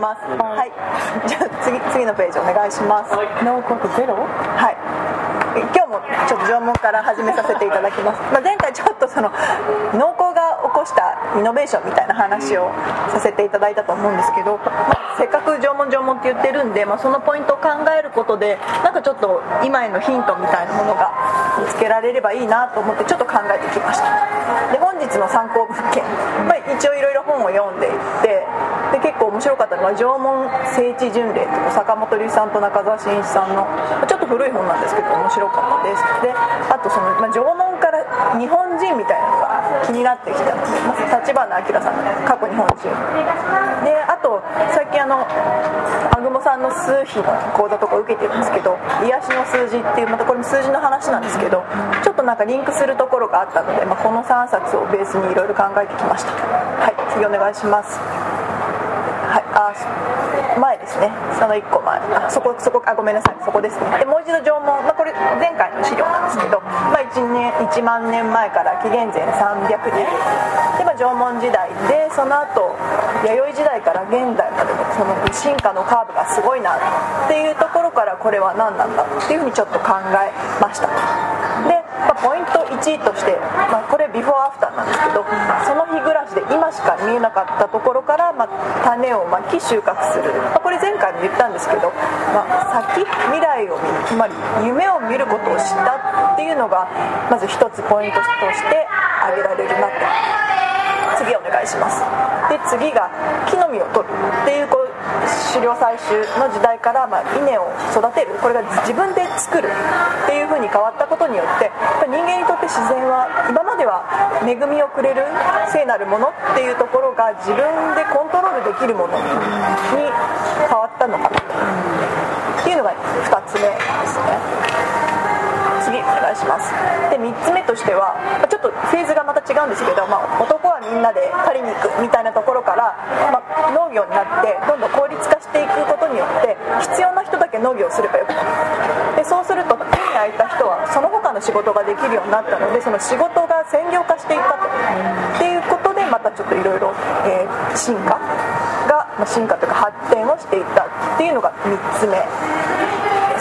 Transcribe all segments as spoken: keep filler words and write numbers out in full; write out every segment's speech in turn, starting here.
ます。はい、じゃあ 次, 次のページお願いします。 脳国ゼロ。 はい、今日もちょっと縄文から始めさせていただきます。まあ、前回ちょっとその農耕が起こしたイノベーションみたいな話をさせていただいたと思うんですけど、まあ、せっかく縄文縄文って言ってるんで、まあ、そのポイントを考えることでなんかちょっと今へのヒントみたいなものが見つけられればいいなと思ってちょっと考えてきました。で本日の参考物件、まあ、一応いろいろ本を読んでいってで結構面白かったのは縄文聖地巡礼という坂本龍一さんと中澤真一さんのちょっと古い本なんですけど面白かったです。であとその、まあ、縄文から日本人みたいなのが気になってきたので、まあ、立花明さんの過去日本人で、あと最近あのアグモさんの数秘の講座とか受けてるんですけど、癒しの数字っていうまたこれも数字の話なんですけどちょっとなんかリンクするところがあったので、まあ、このさんさつをベースにいろいろ考えてきました。はい、次お願いします。はい、あ前ですね、そのいっこまえ、あそこそこあごめんなさい、そこですね。でもう一度縄文、まあ、これ前回の資料なんですけど、まあ、いち, 年いちまんねんまえから紀元前さんびゃくねんで、まあ、縄文時代でその後弥生時代から現代までのその進化のカーブがすごいなっていうところからこれは何なんだっていうふうにちょっと考えました。で、まあ、ポイントいちとして、まあ、これビフォーアフターなんですけど、その日暮らしで今しか見えなかったところから、まあ、種をまき収穫する、まあ、これ前回も言ったんですけど、まあ、先未来を見る、つまり夢を見ることを知ったっていうのがまず一つポイントとして挙げられるなと。次お願いします。で次が木の実を取るっていう、こう狩猟採集の時代から、まあ、稲を育てる、これが自分で作るっていう風に変わったことによって人間にとって自然は今までは恵みをくれる聖なるものっていうところが自分でコントロールできるものに変わったのかなっていうのがふたつめですね。次お願いします。でみっつめとしてはちょっとフェーズがまた違うんですけど、まあ、男はみんなで狩りに行くみたいなところから、まあ、農業になってどんどん効率化していくことによって必要な人だけ農業をすればよくなる。でそうすると手に空いた人はその他の仕事ができるようになったので、その仕事が専業化していったとっていうことでまたちょっといろいろ進化が、まあ、進化というか発展をしていったっていうのがみっつめです。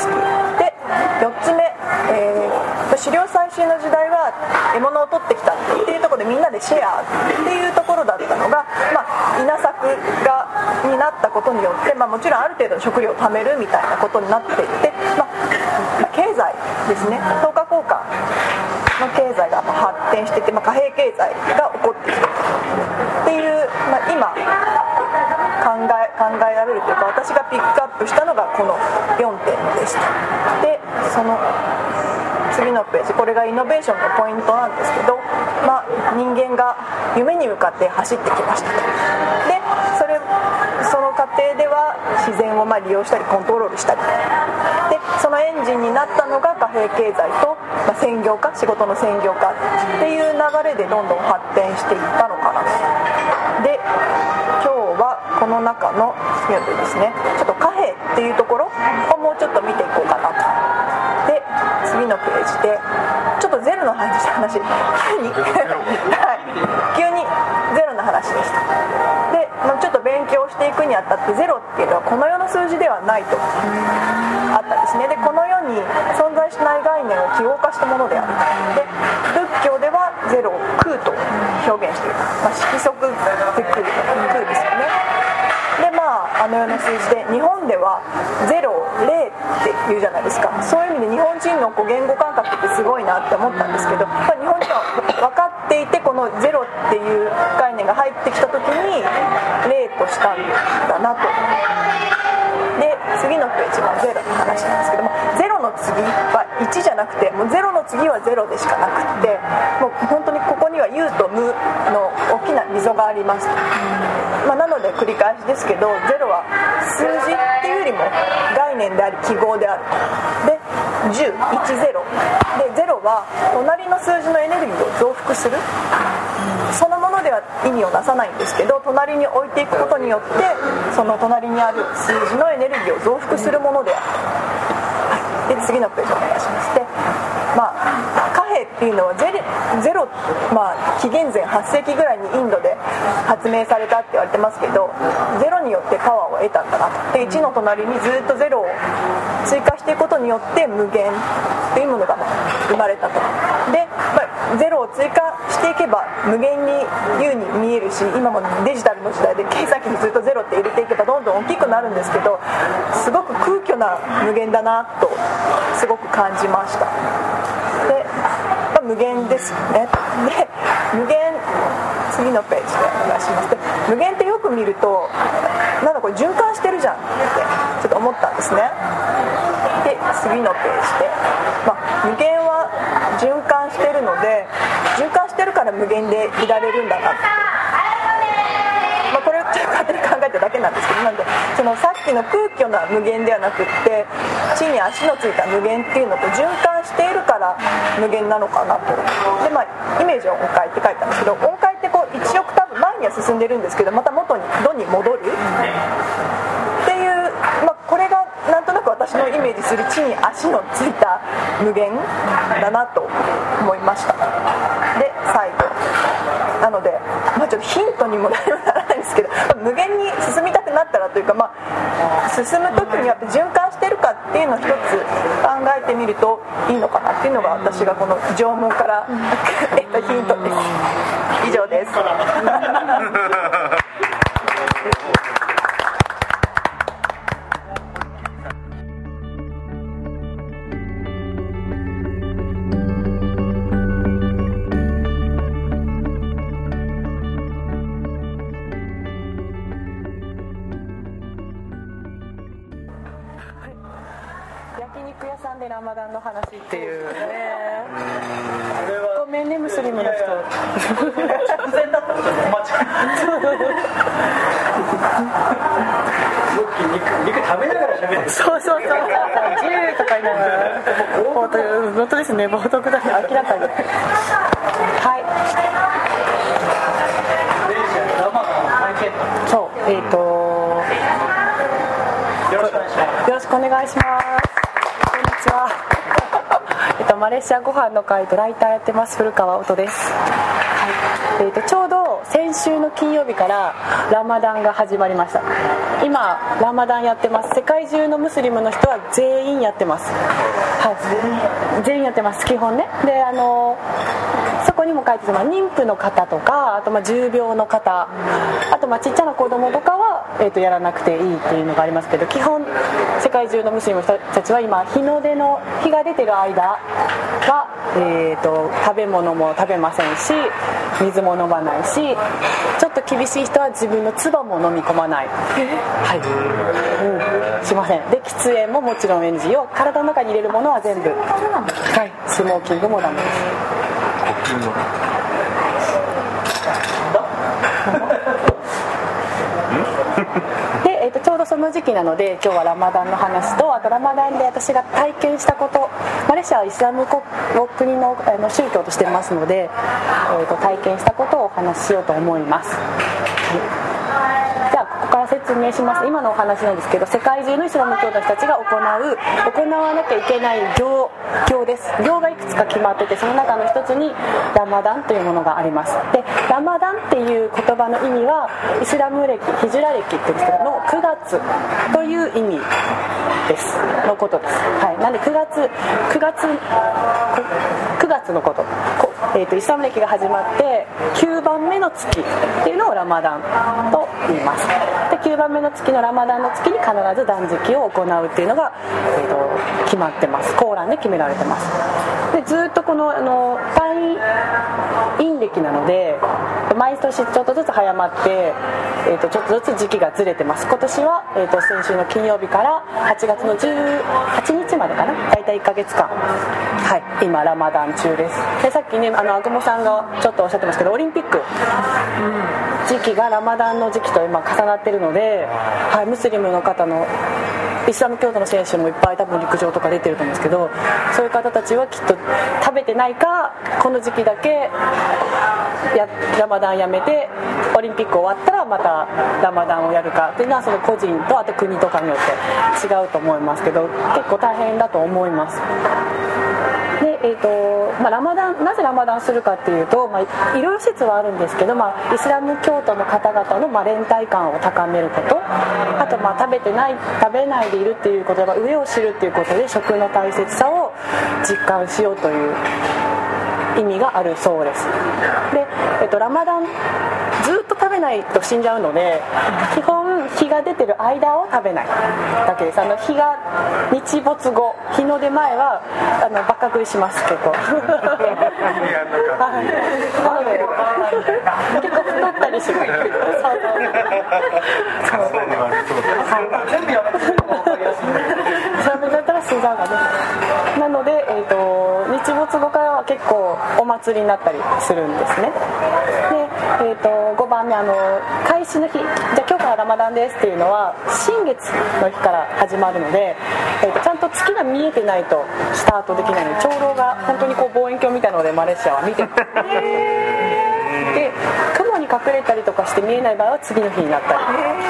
でよっつめ、えー、狩猟採集の時代は獲物を取ってきたっていうところでみんなでシェアっていうところだったのが、まあ、稲作がになったことによって、まあ、もちろんある程度の食料を貯めるみたいなことになっていって、まあ、経済ですね、等価交換の経済が発展していって、まあ、貨幣経済が起こってきたっていう、まあ、今考え、考えられるというか私がピックアップしたのがこのよんてんでした。でその次のページ、これがイノベーションのポイントなんですけど、まあ、人間が夢に向かって走ってきましたと。でそれその過程では自然をまあ利用したりコントロールしたりで、そのエンジンになったのが貨幣経済と、まあ、専業化、仕事の専業化っていう流れでどんどん発展していったのかなと。で今日はこの中の次のページですね、ちょっと貨幣っていうところをもうちょっと見ていこうかなと。で次のページでちょっとゼロの話急にはい、急にゼロの話でした。で、まあ、ちょっと勉強していくにあたってゼロっていうのはこの世の数字ではないとあったんですね。でこの世に存在しない概念を記号化したものである。で仏教ではゼロを空と表現している、まあ、色即是空空ですよね。でまああの世の数字で日本ではゼロ、ゼロって言うじゃないですか。そういう意味で日本人のこう言語感覚ってすごいなって思ったんですけど、まあ、日本人は分かっていてこのゼロっていう概念が入ってきた時にゼロとしたんだなと。で次のページはゼロの話なんですけども、ゼロの次はいちじゃなくてもうゼロの次はゼロでしかなくって、もう本当にここには有と無の大きな溝があります。まあ、なので繰り返しですけどゼロは数字っていうよりも概念であり記号である。でじゅう、いち、ゼロでゼロは隣の数字のエネルギーを増幅するそのものでは意味をなさないんですけど、隣に置いていくことによってその隣にある数字のエネルギーを増幅するものである。はい、で次のページお願いします。で、まあ、貨幣米っていうのはゼロ、ゼロ、まあ、紀元前はっせいきぐらいにインドで発明されたって言われてますけど、ゼロによってパワーを得たんだなと。でいちの隣にずっとゼロを追加していくことによって無限っていうものが生まれたと。で、まあ、ゼロを追加していけば無限に優に見えるし、今もデジタルの時代で計算機にずっとゼロって入れていけばどんどん大きくなるんですけど、すごく空虚な無限だなとすごく感じました。で、まあ、無限ですよね。で無限、次のページでお願いします。で無限ってよく見るとなんだこれ循環してるじゃんってちょっと思ったんですね。で次のページで、まあ、無限は循環してるので、循環してるから無限でいられるんだなって、まあ、これをちょっと勝手に考えただけなんですけど、なんでそのさっきの空虚な無限ではなくって地に足のついた無限っていうのと循環しているから無限なのかなと。で、まあ、イメージは音階って書いたんですけど、音階ってこういちオクターブ前には進んでるんですけど、また元にドに戻るっていう、まあ、これがなんとなく私のイメージする地に足のついた無限だなと思いました。で最後なので、まあ、ちょっとヒントにもならないんですけど、無限に進みたくなったらというか、まあ、進む時にやっぱ循環してるかっていうのを一つ考えてみるといいのかなっていうのが私がこの縄文から得たヒントです。以上です。 焼肉屋さんでラマダンの話っていうね。ごめんねムスリムの人。 直前だったらちょっと困っちゃう。肉肉食べながら喋る。 そうそうそう。ジューとか言いながら。本当本当ですね。冒涜だね。明らかに。はい。そう。えっ、ー、とよろしくお願いします。 よろしくお願いします。こんにちは。えっとマレーシアご飯の会とライターやってます古川音です。はい。えっとちょうど先週の金曜日からラマダンが始まりました。今ラマダンやってます。世界中のムスリムの人は全員やってます。はい。全員やってます。基本ね。であのそこにも書いてて、まあ、妊婦の方とか、あとまあ重病の方、あとまあちっちゃな子供とかは、えー、とやらなくていいっていうのがありますけど、基本世界中のムスリムの人たちは今日の出の日が出てる間は、えー、と食べ物も食べませんし水も飲まないし、ちょっと厳しい人は自分の唾も飲み込まない、はい、うん、しません。で喫煙ももちろん エヌジー を体の中に入れるものは全部、はい、スモーキングもダメです。で、えー、とちょうどその時期なので今日はラマダンの話と、あとラマダンで私が体験したこと、マレーシアはイスラム国のあの宗教としてますので、えー、と体験したことをお話ししようと思います。はい。じゃあここから説明します。今のお話なんですけど、世界中のイスラム教徒たちが行う行わなきゃいけない行行です。行がいくつか決まってて、その中の一つにラマダンというものがあります。でラマダンっていう言葉の意味はイスラム歴、ヒジュラ歴って言うんですけどのくがつという意味ですのことです。はい。なんで9月9月9月のこと、えー、とイスラム歴が始まってきゅうばんめの月っていうのをラマダンと言います。できゅうばんめの月のラマダンの月に必ず断食を行うっていうのが、えー、と決まってます。コーランで決められてます。でずっとこのあの退院歴なので毎年ちょっとずつ早まって、えー、とちょっとずつ時期がずれてます。今年は、えー、と先週の金曜日からはちがつのじゅうはちにちまでかな、だいたいいっかげつかん、はい、今ラマダン中です。でさっきねあのアグモさんがちょっとおっしゃってますけど、オリンピック、うん、時期がラマダンの時期と今重なってるので、はい、ムスリムの方のイスラム教徒の選手もいっぱい多分陸上とか出てると思うんですけど、そういう方たちはきっと食べてないか、この時期だけやラマダンやめてオリンピック終わったらまたラマダンをやるかっていうのはその個人とあと国とかによって違うと思いますけど、結構大変だと思います。 で、えーとまあ、ラマダンなぜラマダンするかっていうと、まあ、いろいろ説はあるんですけど、まあ、イスラム教徒の方々の、まあ、連帯感を高めること、あと、まあ、食べてない食べないでいるっていうことが上を知るっていうことで食の大切さを実感しようという意味があるそうです。で、えっと、ラマダンずっと食べないと死んじゃうので、基本日が出てる間を食べないだけです。あの日が日没後、日の出前はあのバカ食いします結構。はい、なので結構太ったりします。そうそう全部やめてるのが分かりやすい。それだったら死んじゃうからね。なので、えーと、日没後からは結構お祭りになったりするんですね。で、えー、とごばんめ、あの開始の日、じゃあ今日からラマダンですっていうのは新月の日から始まるので、えー、とちゃんと月が見えてないとスタートできないので、長老が本当にこう望遠鏡みたいなのでマレーシアは見てる。で、雲に隠れたりとかして見えない場合は次の日になったり。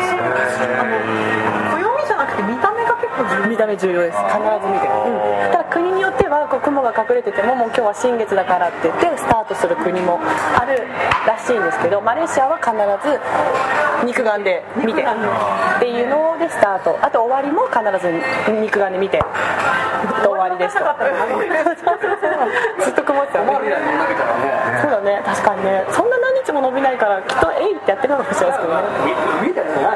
暦じゃなくて見た目が結構重要。 見た目重要です。必ず見てる、うん、ただ国によってはこう雲が隠れてても、もう今日は新月だからって言ってスタートする国もあるらしいんですけど、マレーシアは必ず肉眼で見てっていうのでスタート。あと終わりも必ず肉眼で見て終わりですと。ずっと曇ってたね。そうだね、確かにね。そんな何日も伸びないからきっとえいってやってるのかもしれないですけどね。 見てない。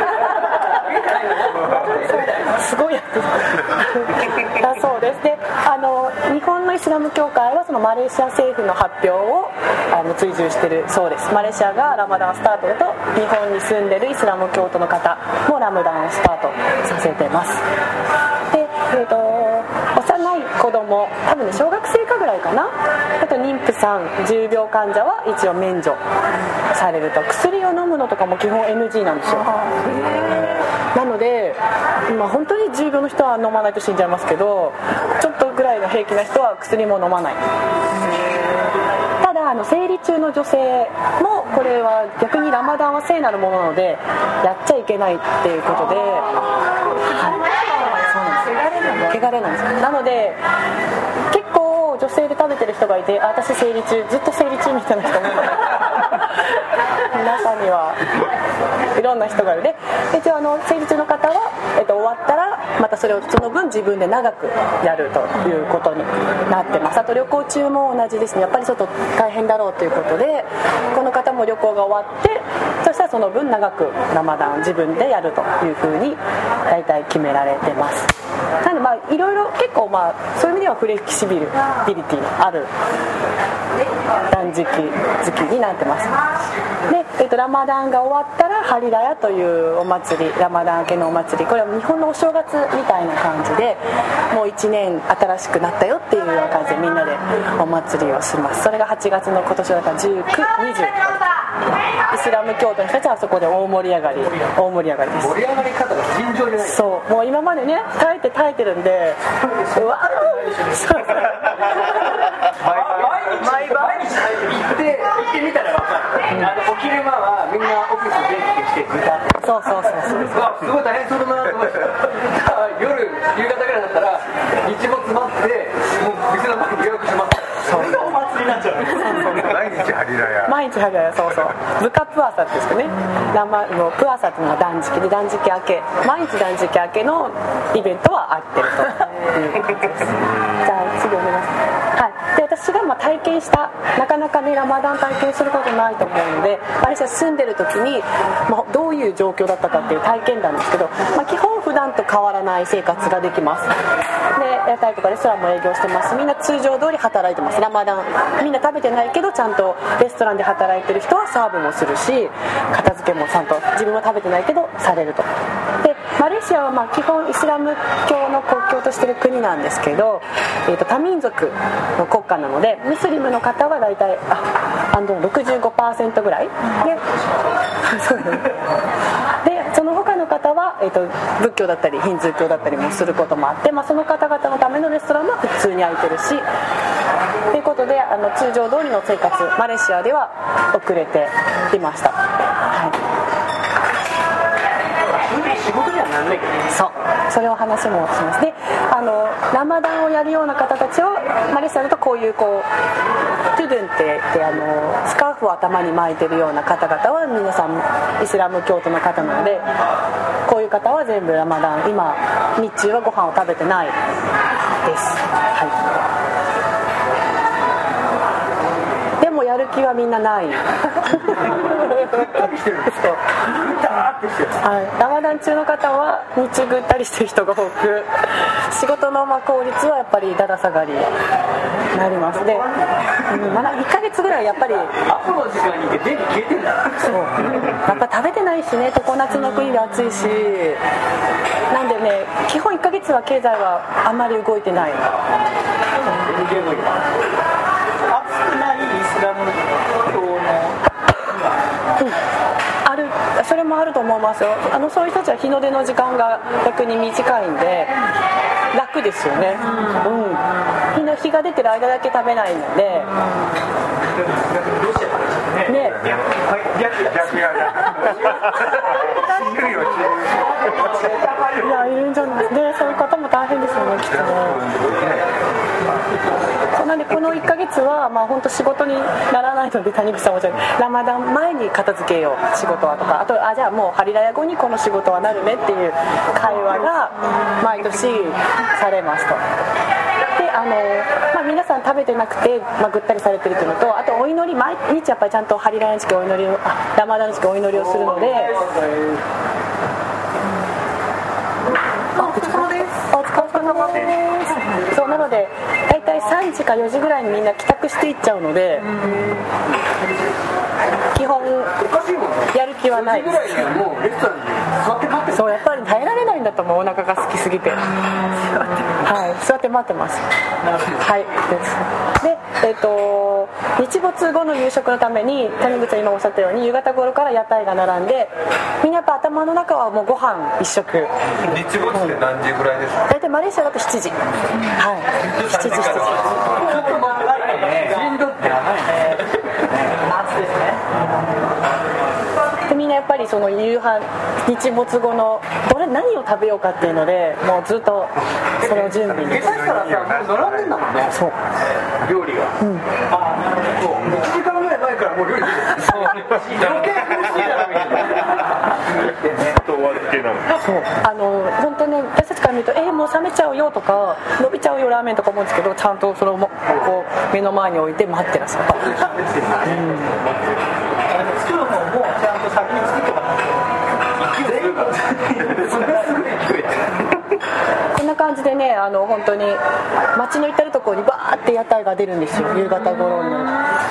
すごいやってだそうです。で、あの日本のイスラム教会はそのマレーシア政府の発表をあの追従しているそうです。マレーシアがラマダンスタートだと、日本に住んでるイスラム教徒の方もラマダンをスタートさせてます。で、えーと、幼い子供、多分ね小学生かぐらいかな、あと妊婦さん、重病患者は一応免除されると。薬を飲むのとかも基本 エヌジー なんですよ。なので、まあ、本当に重病の人は飲まないと死んじゃいますけど、ちょっとぐらいの平気な人は薬も飲まない。ただあの生理中の女性もこれは逆にラマダンは聖なるものなのでやっちゃいけないっていうことで、はい、そうなんです。汚れなんです。なので結構女性で食べてる人がいて、あ、私生理中、ずっと生理中みたいな人も中にはいろんな人がいる。で、一応あの生理中の方は、えっと、終わったらまたそれをその分自分で長くやるということになってます。あと旅行中も同じですね。やっぱりちょっと大変だろうということで、この方も旅行が終わって、そしたらその分長くラマダン自分でやるというふうに大体決められてます。なのでまあいろいろ結構まあそういう意味ではフレキシビリティのある断食月になってます。で、えっと、ラマダンが終わったらハリラヤというお祭り、ラマダン明けのお祭り、これは日本のお正月みたいな感じで、もういちねん新しくなったよっていうような感じでみんなでお祭りをします。それがはちがつの今年だからじゅうく、にじゅう、イスラム教徒の人たちはそこで大盛り上がり大盛り上がりです。 盛り上がり方が尋常じゃない。 そう、もう今までね耐えて耐えてるんで、うわそう毎日毎日行って行ってみたら分かる、うん、あのお昼間はみんなオフィス電気してグタッと、 そうそうそうそう、 すごい大変そうだなと思って夜夕方ぐらいだったら日没待ってもう店の前に予約します。そんなお祭りになっちゃう。 毎日ハリラヤ毎日ハリラヤ、そうそう、ブカプアサですかね。ラマのプアサっていうのが断食で、断食明け、毎日断食明けのイベントはあってるという感じです。じゃあ次お願いします。はい、で私がまあ体験した、なかなかねラマダン体験することないと思うので、マレーシア住んでる時に、まあ、どういう状況だったかっていう体験談ですけど、まあ、基本普段と変わらない生活ができます。で屋台とかレストランも営業してます。みんな通常通り働いてます。ラマダンみんな食べてないけどちゃんとレストランで働いてる人はサーブもするし、片付けもちゃんと自分は食べてないけどされると。でマレーシアはまあ基本イスラム教の国境としてる国なんですけど、えー、と多民族の国家なので、ムスリムの方はだいたいああの ろくじゅうごパーセント ぐらいでそうですね。でその他の方は、えー、と仏教だったりヒンズー教だったりもすることもあって、まあ、その方々のためのレストランは普通に開いてるしということで、あの通常通りの生活マレーシアでは遅れていました。はい、 仕事にはなんないけど、 そう、それを話もします。で、 あのラマダンをやるような方たちをマレーシアだとこういうこうトゥドゥンって言ってあのスカーフを頭に巻いてるような方々は皆さんイスラム教徒の方なので、こういう方は全部ラマダン今日中はご飯を食べてないです。はい、でもやる気はみんなないそうはい、ラマダン中の方は日中ぐったりしてる人が多く、仕事のまあ効率はやっぱりだだ下がりになりますで、うんまだいっかげつぐらいやっぱりアポの時間にいて電気消えてんだ。 そうやっぱ食べてないしね、常夏の国で暑いし、なんでね基本いっかげつは経済はあんまり動いてない。 暑くないイスラム教の、 うんあるそれもあると思いますよ。あのそういう人たちは日の出の時間が逆に短いんで楽ですよね、うん、日の日が出てる間だけ食べないのでねいやいるんじゃないで、そういう方も大変ですよねきっとね。そうなんでこのいっかげつはまあ本当仕事にならないので、谷口さんもおっしゃるラマダン前に片付けよう仕事はとか、あとあじゃあもうハリラヤ後にこの仕事はなるねっていう会話が毎年されますと。であのまあ、皆さん食べてなくて、まあ、ぐったりされてるというのと、あとお祈り毎日やっぱりちゃんとハリラヤの時期お祈りをあラマダンの時期お祈りをするので、あお疲れ様です。お疲れ様です。そうなので大体さんじかよじぐらいにみんな帰宅していっちゃうので、基本やる気はないです。そうやっぱり耐えられないんだと思う、お腹が空きすぎてはい座って待ってます。はいですでえっ、ー、と日没後の夕食のために谷口さん今おっしゃったように夕方頃から屋台が並んで、みんなやっぱ頭の中はもうご飯一食。 日没って何時ぐらいですか？ 大体マレーシアだとしちじ、はいしちじしちじ。ちょっと待ってね、しんどってやばいね夏ですね。でみんなやっぱりその夕飯日没後のどれ何を食べようかっていうのでもうずっとその準備に。 下手したらさもう並んでんだもんね。 そう料理が、うん、ああなるほど。いちじかんぐらい前からもう料理そう余計苦しいだろみたいなそうあの本当ね私たちから見るとえー、もう冷めちゃうよとか伸びちゃうよラーメンとか思うんですけど、ちゃんとそれをこう目の前に置いて待ってらっしゃった、うん、作るのもちゃんと先に作っておかないこんな感じでねあの本当に街の至るところにバーって屋台が出るんですよ。夕方頃に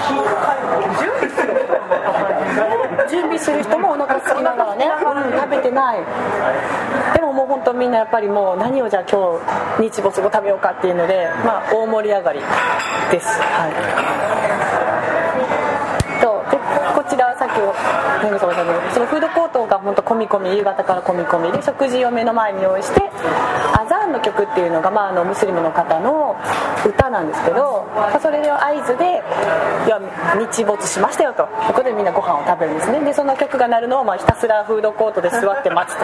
準備する人もお腹空きながらね、うん、食べてない。でももう本当みんなやっぱりもう何をじゃあ今日日没後食べようかっていうので、まあ、大盛り上がりです、はい、とでこちらさっき何がそうだろうそのフードコートが本当込み込み夕方から込み込みで食事を目の前に用意してアザーンの曲っていうのが、まあ、あのムスリムの方の歌なんですけど、それを合図でいや日没しましたよとここでみんなご飯を食べるんですね。でその曲が鳴るのをまあひたすらフードコートで座って待つと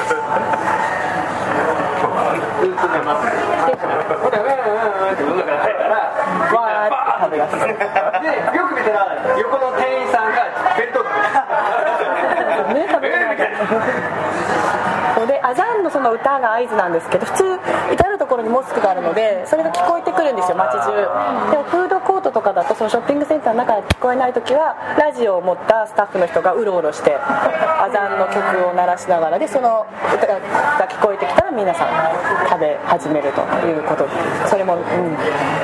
ずっとね待つでこれウェーンって喉から入ったらわーって食べ出すでよく見たら横の店員さんが弁当食べてるね食べてるみたいなでアザーンのその歌が合図なんですけど、普通至る所にモスクがあるのでそれが聞こえてくるんですよ街中。でもフードコートとかだとそのショッピングセンターの中で聞こえないときはラジオを持ったスタッフの人がうろうろしてアザーンの曲を鳴らしながらでその歌が聞こえてきたら皆さん食べ始めるということでそれも、うん、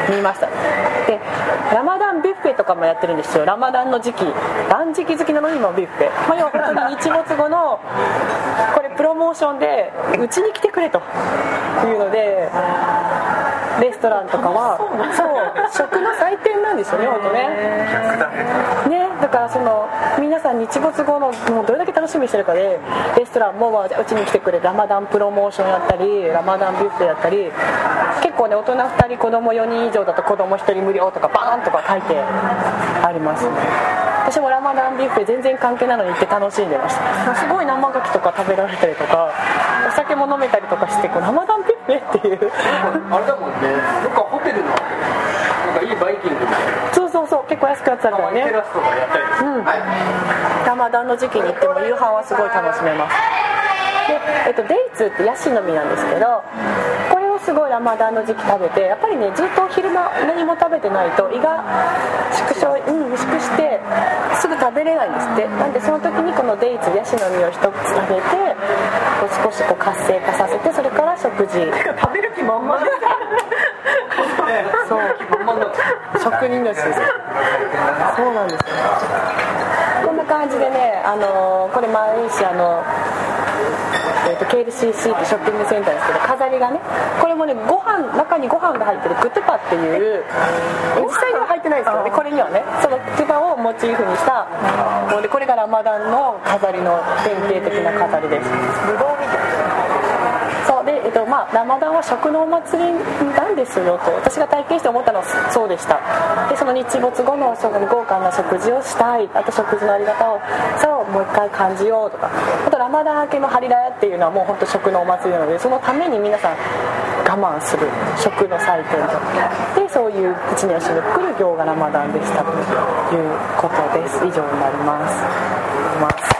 見ました。でラマダンビュッフェとかもやってるんですよ。ラマダンの時期断食好きなのにもビュッフェ、まあ、要は本当に日没後のこれプロモーションでうちに来てくれというのでレストランとかはそう食の祭典なんですよね本当ね。ねだからその皆さん日没後のもうどれだけ楽しみにしてるかでレストランもうちに来てくれラマダンプロモーションやったりラマダンビュッフェやったり結構ね大人ふたり子供よにん以上だと子供ひとり無料とかバーンとか書いてありますね。 私もラマダンビュッフェ全然関係ないのに行って楽しんでました。すごい生牡蠣とか食べられたりとかお酒も飲めたりとかして、こうラマダンビュッフェっていうあれだもんね、どっかホテルのなんかいいバイキングみたいな、 そうそうそう、結構安くなってたからね。 テラスとかやったりです、 うん、ラマダンの時期に行っても夕飯はすごい楽しめます。で、えっと、デイツってヤシの実なんですけど、これをすごいラマダンの時期食べて、やっぱりねずっと昼間何も食べてないと胃が縮小、うん、萎縮してすぐ食べれないんですって。なんでその時にこのデイツヤシの実を一口食べてこう少しこう活性化させて、それから食事食べる気満々ですそう職人のです。そうなんですよ。こんな感じでね、あのー、これマレーシアの、えー、と ケーエルシーシー ってショッピングセンターですけど、飾りがね、これもねご飯中にご飯が入ってるグトゥパっていう、実際には入ってないですけどね、これにはねそのグトゥパをモチーフにしたもうで、これがラマダンの飾りの典型的な飾りです。 ブドウみたいな。 そうで、えっとまあ、ラマダンは食のお祭りなんですよと私が体験して思ったのはそうでした。でその日没後のその豪華な食事をしたい、あと食事のありがたをそうもう一回感じようとか、あとラマダン明けのハリラヤっていうのはもう本当食のお祭りなので、そのために皆さん我慢する食の祭典とで、そういう一年を締めくくる行がラマダンでしたということです。以上になります。